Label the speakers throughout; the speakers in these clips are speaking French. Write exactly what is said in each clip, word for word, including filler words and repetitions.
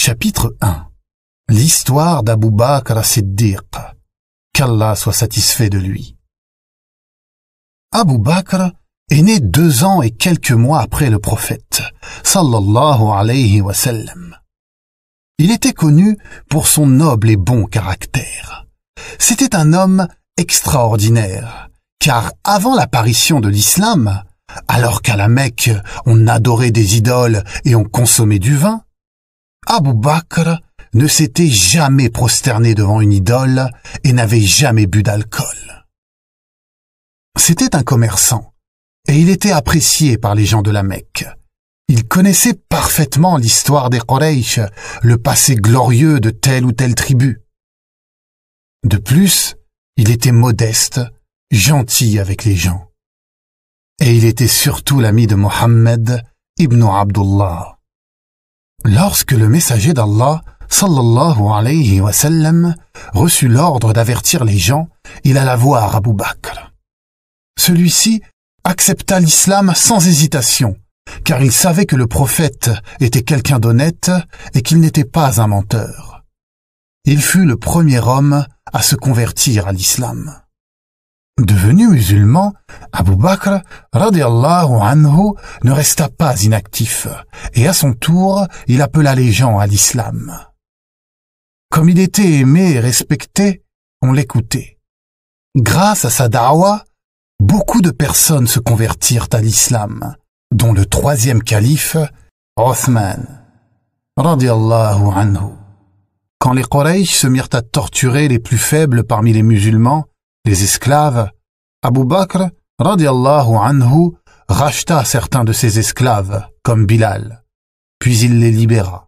Speaker 1: Chapitre un. L'histoire d'Abu Bakr as-Siddiq, qu'Allah soit satisfait de lui. Abu Bakr est né deux ans et quelques mois après le prophète, sallallahu alayhi wa sallam. Il était connu pour son noble et bon caractère. C'était un homme extraordinaire, car avant l'apparition de l'islam, alors qu'à la Mecque on adorait des idoles et on consommait du vin, Abu Bakr ne s'était jamais prosterné devant une idole et n'avait jamais bu d'alcool. C'était un commerçant, et il était apprécié par les gens de la Mecque. Il connaissait parfaitement l'histoire des Quraysh, le passé glorieux de telle ou telle tribu. De plus, il était modeste, gentil avec les gens. Et il était surtout l'ami de Mohammed ibn Abdullah. Lorsque le messager d'Allah, sallallahu alayhi wa sallam, reçut l'ordre d'avertir les gens, il alla voir Abu Bakr. Celui-ci accepta l'islam sans hésitation, car il savait que le prophète était quelqu'un d'honnête et qu'il n'était pas un menteur. Il fut le premier homme à se convertir à l'islam. Devenu musulman, Abu Bakr, radiallahu anhu, ne resta pas inactif, et à son tour, il appela les gens à l'islam. Comme il était aimé et respecté, on l'écoutait. Grâce à sa da'wa, beaucoup de personnes se convertirent à l'islam, dont le troisième calife, Othman, radiallahu anhu. Quand les Quraysh se mirent à torturer les plus faibles parmi les musulmans, les esclaves, Abu Bakr, radiallahu anhu, racheta certains de ses esclaves, comme Bilal, puis il les libéra.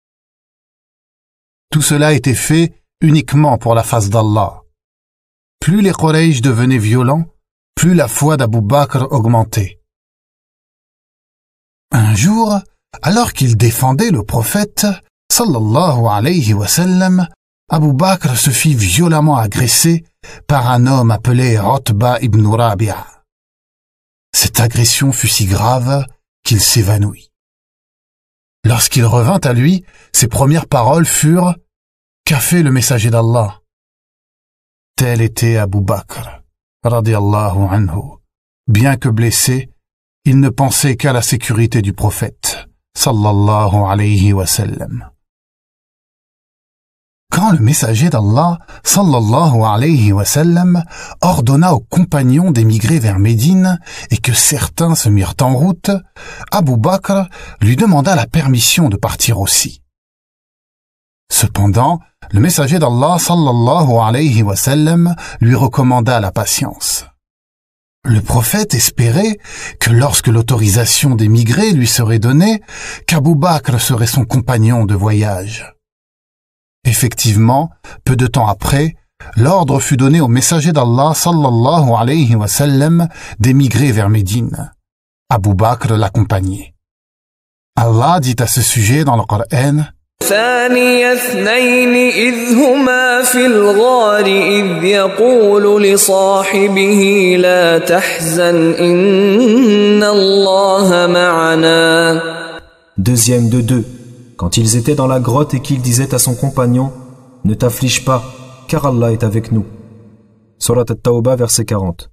Speaker 1: Tout cela était fait uniquement pour la face d'Allah. Plus les Quraysh devenaient violents, plus la foi d'Abu Bakr augmentait. Un jour, alors qu'il défendait le prophète, sallallahu alayhi wa sallam, Abu Bakr se fit violemment agresser par un homme appelé Utba ibn Rabi'a. Cette agression fut si grave qu'il s'évanouit. Lorsqu'il revint à lui, ses premières paroles furent « Qu'a fait le messager d'Allah ?» Tel était Abu Bakr, radiallahu anhu. Bien que blessé, il ne pensait qu'à la sécurité du prophète, sallallahu alayhi wa sallam. Quand le messager d'Allah, sallallahu alayhi wa sallam, ordonna aux compagnons d'émigrer vers Médine et que certains se mirent en route, Abu Bakr lui demanda la permission de partir aussi. Cependant, le messager d'Allah, sallallahu alayhi wa sallam, lui recommanda la patience. Le prophète espérait que lorsque l'autorisation d'émigrer lui serait donnée, qu'Abu Bakr serait son compagnon de voyage. Effectivement, peu de temps après, l'ordre fut donné au messager d'Allah sallallahu alayhi wa sallam d'émigrer vers Médine. Abu Bakr l'accompagnait. Allah dit à ce sujet dans le Coran:
Speaker 2: ثاني اثنين إذ هما في الغار إذ يقول لصاحبه لا تحزن إن الله معنا.
Speaker 3: Deuxième de deux, quand ils étaient dans la grotte et qu'il disait à son compagnon: ne t'afflige pas, car Allah est avec nous. Surat At-Tawbah, verset quarante.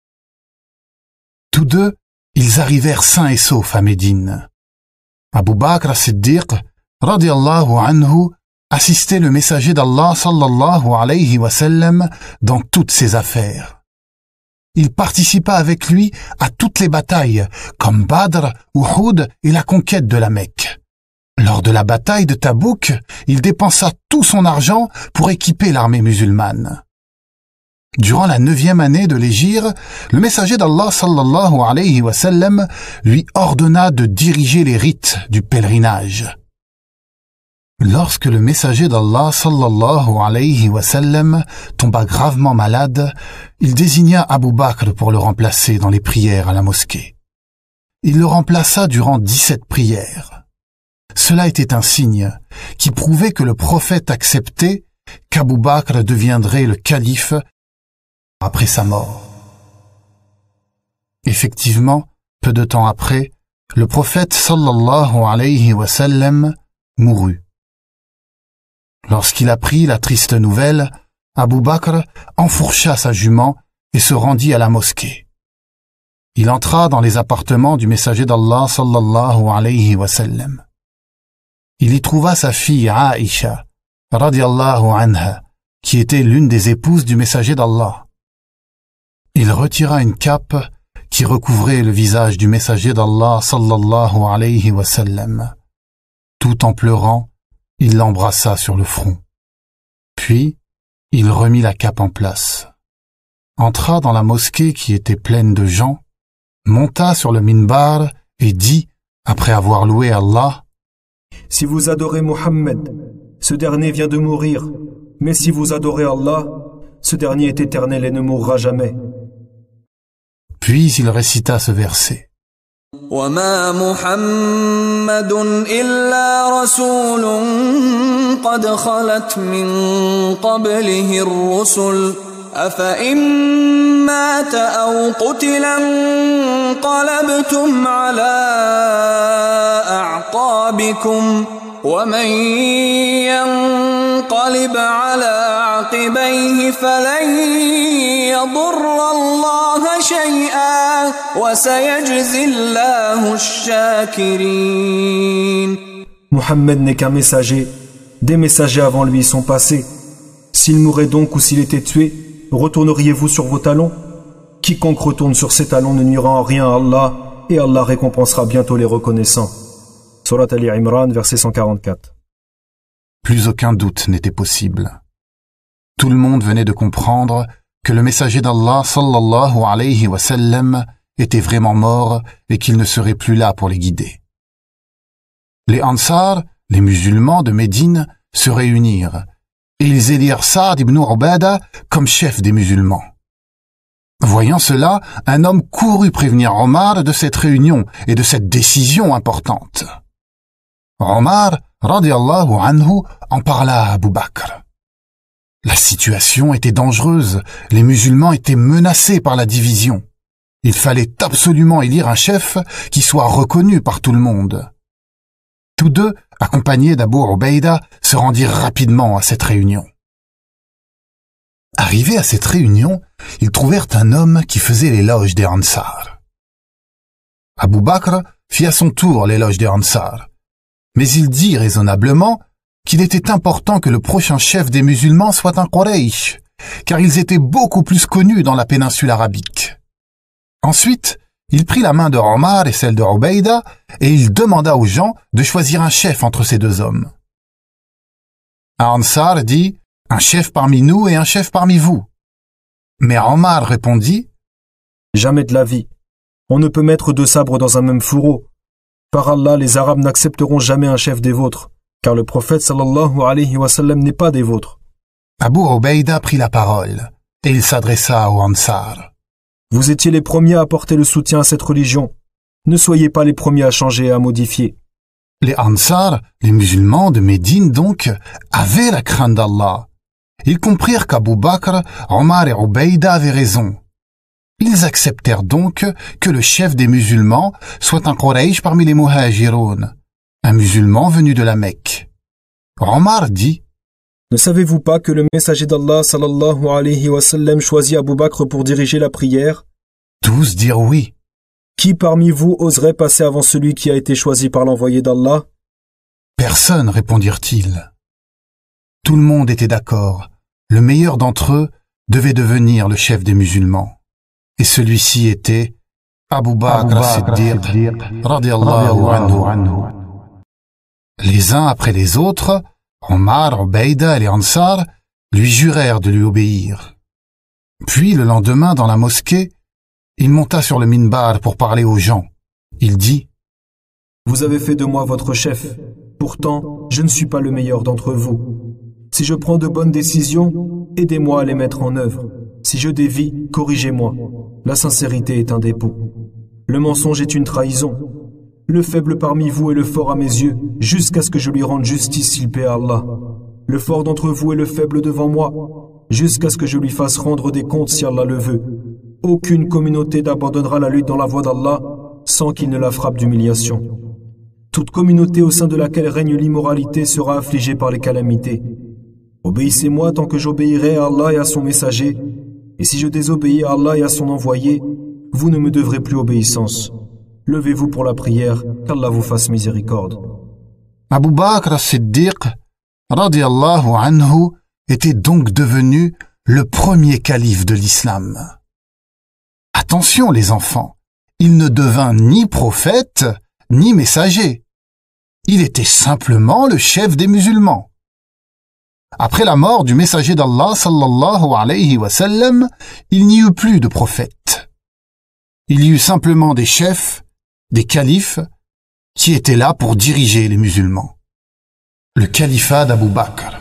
Speaker 1: Tous deux, ils arrivèrent sains et saufs à Médine. Abu Bakr as-Siddiq, radiallahu anhu, assistait le messager d'Allah sallallahu alayhi wa sallam dans toutes ses affaires. Il participa avec lui à toutes les batailles, comme Badr, Uhud et la conquête de la Mecque. Lors de la bataille de Tabouk, il dépensa tout son argent pour équiper l'armée musulmane. Durant la neuvième année de l'hégire, le messager d'Allah sallallahu alayhi wa sallam lui ordonna de diriger les rites du pèlerinage. Lorsque le messager d'Allah sallallahu alayhi wa sallam tomba gravement malade, il désigna Abu Bakr pour le remplacer dans les prières à la mosquée. Il le remplaça durant dix-sept prières. Cela était un signe qui prouvait que le prophète acceptait qu'Abu Bakr deviendrait le calife après sa mort. Effectivement, peu de temps après, le prophète sallallahu alayhi wa sallam mourut. Lorsqu'il apprit la triste nouvelle, Abu Bakr enfourcha sa jument et se rendit à la mosquée. Il entra dans les appartements du messager d'Allah sallallahu alayhi wa sallam. Il y trouva sa fille Aïcha, radiallahu anha, qui était l'une des épouses du messager d'Allah. Il retira une cape qui recouvrait le visage du messager d'Allah sallallahu alayhi wa sallam. Tout en pleurant, il l'embrassa sur le front. Puis, il remit la cape en place, entra dans la mosquée qui était pleine de gens, monta sur le minbar et dit, après avoir loué Allah,
Speaker 3: « Si vous adorez Mohammed, ce dernier vient de mourir, mais si vous adorez Allah, ce dernier est éternel et ne mourra jamais. »
Speaker 1: Puis il récita ce verset.
Speaker 2: وما محمد إلا رسول قد خلت من قبله الرسل أفإن مات أو قتل انقلبتم على أعقابكم ومن ينقلب على عقبيه فلن يضر الله شيئا وسيجزي الله الشاكرين.
Speaker 3: Mohammed n'est qu'un messager. Des messagers avant lui sont passés. S'il mourait donc ou s'il était tué, retourneriez-vous sur vos talons? Quiconque retourne sur ses talons ne nuira en rien à Allah, et Allah récompensera bientôt les reconnaissants. Surat Ali Imran, verset cent quarante-quatre.
Speaker 1: Plus aucun doute n'était possible. Tout le monde venait de comprendre que le messager d'Allah sallallahu alayhi wa sallam était vraiment mort et qu'il ne serait plus là pour les guider. Les Ansar, les musulmans de Médine, se réunirent et ils élirent Saad ibn Ubada comme chef des musulmans. Voyant cela, un homme courut prévenir Omar de cette réunion et de cette décision importante. Omar, radiallahu anhu, en parla à Abu Bakr. La situation était dangereuse, les musulmans étaient menacés par la division. Il fallait absolument élire un chef qui soit reconnu par tout le monde. Tous deux, accompagnés d'Abu Ubaïda, se rendirent rapidement à cette réunion. Arrivés à cette réunion, ils trouvèrent un homme qui faisait l'éloge des Ansar. Abu Bakr fit à son tour l'éloge des Ansar, mais il dit raisonnablement qu'il était important que le prochain chef des musulmans soit un Quraysh, car ils étaient beaucoup plus connus dans la péninsule arabique. Ensuite, il prit la main de Omar et celle de Ubaïda et il demanda aux gens de choisir un chef entre ces deux hommes. Un Ansar dit « Un chef parmi nous et un chef parmi vous ». Mais Omar répondit
Speaker 3: « Jamais de la vie. On ne peut mettre deux sabres dans un même fourreau. Par Allah, les Arabes n'accepteront jamais un chef des vôtres, car le prophète sallallahu alayhi wa sallam n'est pas des vôtres. »
Speaker 1: Abu Ubaïda prit la parole et il s'adressa aux Ansar.
Speaker 3: Vous étiez les premiers à apporter le soutien à cette religion. Ne soyez pas les premiers à changer et à modifier.
Speaker 1: Les Ansar, les musulmans de Médine donc, avaient la crainte d'Allah. Ils comprirent qu'Abu Bakr, Omar et Ubaïda avaient raison. Ils acceptèrent donc que le chef des musulmans soit un Quraysh parmi les Muhajiroun, un musulman venu de la Mecque. Omar dit:
Speaker 3: Ne savez-vous pas que le messager d'Allah sallallahu alayhi wa sallam choisit Abu Bakr pour diriger la prière?
Speaker 1: Tous dirent oui.
Speaker 3: Qui parmi vous oserait passer avant celui qui a été choisi par l'envoyé d'Allah?
Speaker 1: Personne, répondirent-ils. Tout le monde était d'accord. Le meilleur d'entre eux devait devenir le chef des musulmans. Et celui-ci était Abu Bakr as-Siddiq, radiyallahu anhu. Les uns après les autres, Omar, Ubaïda et les Ansar lui jurèrent de lui obéir. Puis, le lendemain, dans la mosquée, il monta sur le minbar pour parler aux gens. Il dit:
Speaker 3: Vous avez fait de moi votre chef. Pourtant, je ne suis pas le meilleur d'entre vous. Si je prends de bonnes décisions, aidez-moi à les mettre en œuvre. Si je dévie, corrigez-moi. La sincérité est un dépôt. Le mensonge est une trahison. Le faible parmi vous est le fort à mes yeux, jusqu'à ce que je lui rende justice, s'il plaît à Allah. Le fort d'entre vous est le faible devant moi, jusqu'à ce que je lui fasse rendre des comptes si Allah le veut. Aucune communauté n'abandonnera la lutte dans la voie d'Allah sans qu'il ne la frappe d'humiliation. Toute communauté au sein de laquelle règne l'immoralité sera affligée par les calamités. Obéissez-moi tant que j'obéirai à Allah et à son messager, et si je désobéis à Allah et à son envoyé, vous ne me devrez plus obéissance. Levez-vous pour la prière, qu'Allah vous fasse miséricorde.
Speaker 1: Abu Bakr as-Siddiq, radiyallahu anhu, était donc devenu le premier calife de l'islam. Attention les enfants, il ne devint ni prophète, ni messager. Il était simplement le chef des musulmans. Après la mort du messager d'Allah sallallahu alayhi wa sallam, il n'y eut plus de prophètes. Il y eut simplement des chefs, des califes, qui étaient là pour diriger les musulmans. Le califat d'Abu Bakr.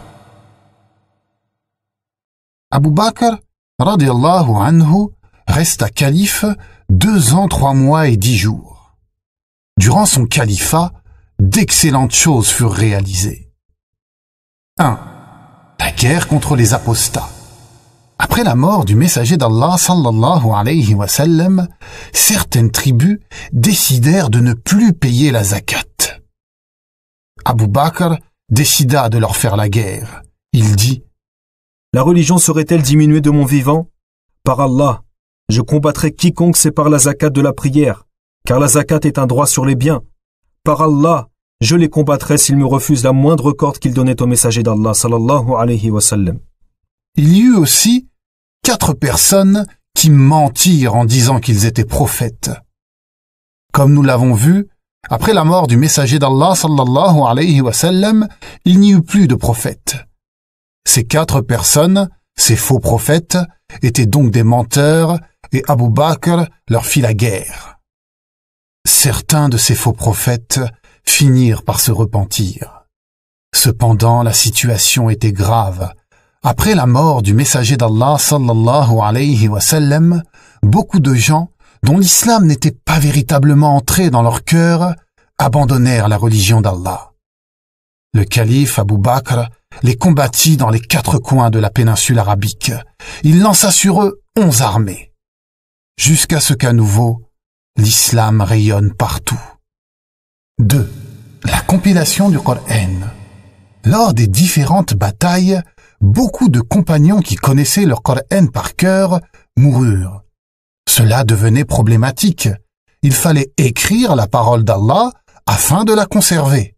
Speaker 1: Abu Bakr, radiyallahu anhu, resta calife deux ans, trois mois et dix jours. Durant son califat, d'excellentes choses furent réalisées. un. La guerre contre les apostats. Après la mort du messager d'Allah sallallahu alayhi wa sallam, certaines tribus décidèrent de ne plus payer la zakat. Abu Bakr décida de leur faire la guerre. Il dit:
Speaker 3: La religion serait-elle diminuée de mon vivant? Par Allah, je combattrai quiconque sépare la zakat de la prière, car la zakat est un droit sur les biens. Par Allah, je les combattrai s'ils me refusent la moindre corde qu'ils donnaient au messager d'Allah sallallahu alayhi wa sallam.
Speaker 1: Il y eut aussi quatre personnes qui mentirent en disant qu'ils étaient prophètes. Comme nous l'avons vu, après la mort du messager d'Allah sallallahu alayhi wa sallam, il n'y eut plus de prophètes. Ces quatre personnes, ces faux prophètes, étaient donc des menteurs et Abu Bakr leur fit la guerre. Certains de ces faux prophètes finirent par se repentir. Cependant, la situation était grave. Après la mort du messager d'Allah sallallahu alayhi wa sallam, beaucoup de gens, dont l'islam n'était pas véritablement entré dans leur cœur, abandonnèrent la religion d'Allah. Le calife Abu Bakr les combattit dans les quatre coins de la péninsule arabique. Il lança sur eux onze armées, jusqu'à ce qu'à nouveau, l'islam rayonne partout. deux. La compilation du Coran. Lors des différentes batailles, beaucoup de compagnons qui connaissaient leur Coran par cœur moururent. Cela devenait problématique. Il fallait écrire la parole d'Allah afin de la conserver.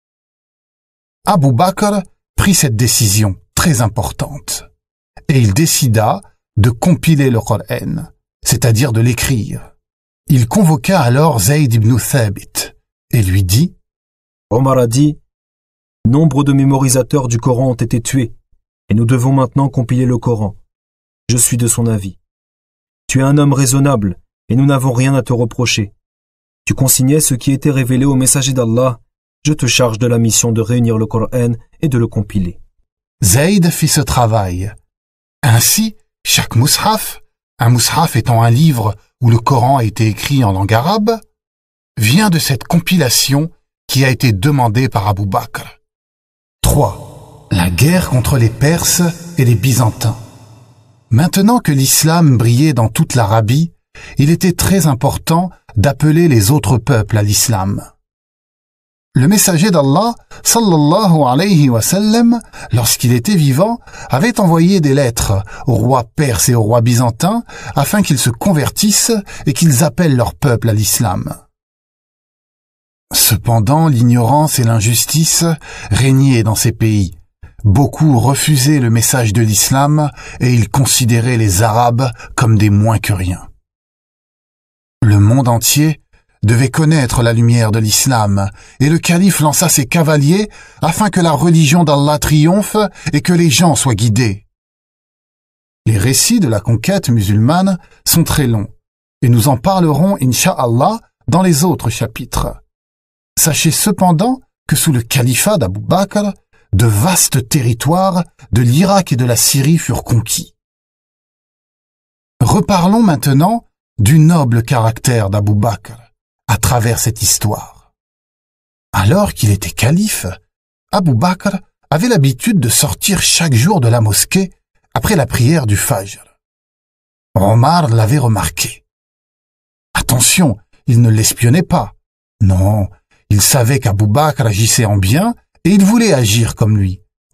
Speaker 1: Abu Bakr prit cette décision très importante et il décida de compiler le Coran, c'est-à-dire de l'écrire. Il convoqua alors Zayd ibn Thabit et lui dit:
Speaker 3: Omar a dit, nombre de mémorisateurs du Coran ont été tués et nous devons maintenant compiler le Coran. Je suis de son avis. Tu es un homme raisonnable et nous n'avons rien à te reprocher. Tu consignais ce qui était révélé au messager d'Allah. Je te charge de la mission de réunir le Coran et de le compiler.
Speaker 1: Zayd fit ce travail. Ainsi, chaque mushaf, un mushaf étant un livre où le Coran a été écrit en langue arabe, vient de cette compilation qui a été demandée par Abu Bakr. trois. La guerre contre les Perses et les Byzantins. Maintenant que l'islam brillait dans toute l'Arabie, il était très important d'appeler les autres peuples à l'islam. Le messager d'Allah, sallallahu alayhi wa sallam, lorsqu'il était vivant, avait envoyé des lettres aux rois perses et aux rois byzantins afin qu'ils se convertissent et qu'ils appellent leur peuple à l'islam. Cependant, l'ignorance et l'injustice régnaient dans ces pays. Beaucoup refusaient le message de l'islam et ils considéraient les Arabes comme des moins que rien. Le monde entier devait connaître la lumière de l'islam, et le calife lança ses cavaliers afin que la religion d'Allah triomphe et que les gens soient guidés. Les récits de la conquête musulmane sont très longs, et nous en parlerons, incha'Allah, dans les autres chapitres. Sachez cependant que sous le califat d'Abu Bakr, de vastes territoires de l'Irak et de la Syrie furent conquis. Reparlons maintenant du noble caractère d'Abu Bakr à travers cette histoire. Alors qu'il était calife, Abu Bakr avait l'habitude de sortir chaque jour de la mosquée après la prière du Fajr. Omar l'avait remarqué. Attention, il ne l'espionnait pas. Non, il savait qu'Abu Bakr agissait en bien et il voulait agir comme lui,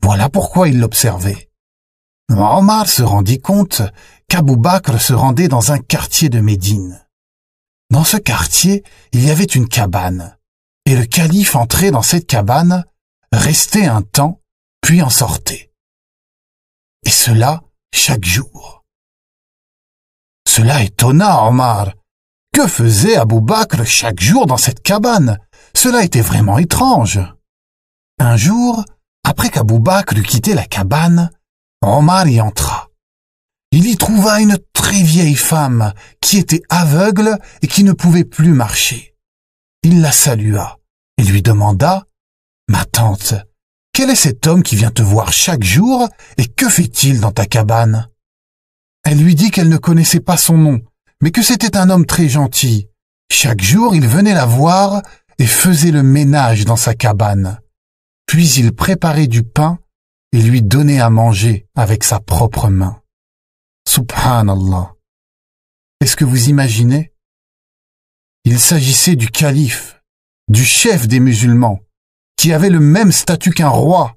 Speaker 1: Voilà pourquoi il l'observait. Omar se rendit compte qu'Abou Bakr se rendait dans un quartier de Médine. Dans ce quartier, il y avait une cabane, et le calife entrait dans cette cabane, restait un temps, puis en sortait. Et cela chaque jour. Cela étonna Omar. Que faisait Abou Bakr chaque jour dans cette cabane? Cela était vraiment étrange. Un jour, après qu'Abou Bakr eut quitté la cabane, Omar y entra. Il y trouva une très vieille femme qui était aveugle et qui ne pouvait plus marcher. Il la salua et lui demanda « Ma tante, quel est cet homme qui vient te voir chaque jour et que fait-il dans ta cabane ?» Elle lui dit qu'elle ne connaissait pas son nom, mais que c'était un homme très gentil. Chaque jour, il venait la voir et faisait le ménage dans sa cabane. Puis il préparait du pain et lui donnait à manger avec sa propre main. Subhanallah. Est-ce que vous imaginez? Il s'agissait du calife, du chef des musulmans, qui avait le même statut qu'un roi.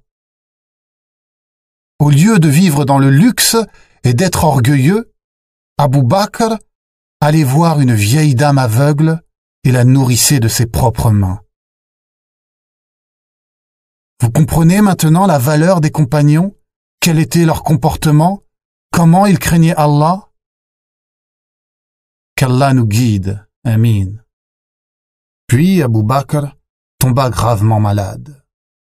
Speaker 1: Au lieu de vivre dans le luxe et d'être orgueilleux, Abou Bakr allait voir une vieille dame aveugle et la nourrissait de ses propres mains. Vous comprenez maintenant la valeur des compagnons? Quel était leur comportement? Comment ils craignaient Allah? Qu'Allah nous guide. Amin. Puis Abou Bakr tomba gravement malade.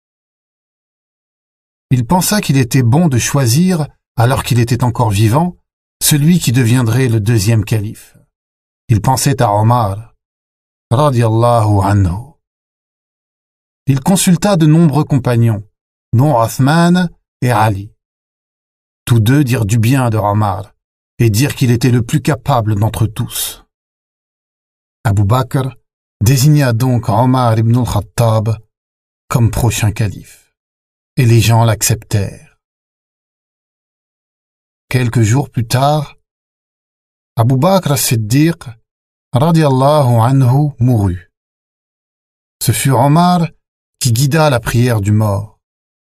Speaker 1: Il pensa qu'il était bon de choisir, alors qu'il était encore vivant, celui qui deviendrait le deuxième calife. Il pensait à Omar, radiyallahu anhu. Il consulta de nombreux compagnons, dont Othman et Ali. Tous deux dirent du bien de Omar et dirent qu'il était le plus capable d'entre tous. Abou Bakr désigna donc Omar ibn al-Khattab comme prochain calife, et les gens l'acceptèrent. Quelques jours plus tard, Abou Bakr as-Siddiq, radiyallahu anhu, mourut. Ce fut Omar qui guida la prière du mort.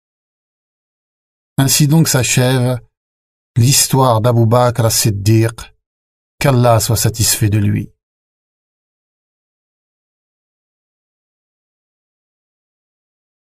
Speaker 1: Ainsi donc s'achève l'histoire d'Abou Bakr as-Siddiq, qu'Allah soit satisfait de lui.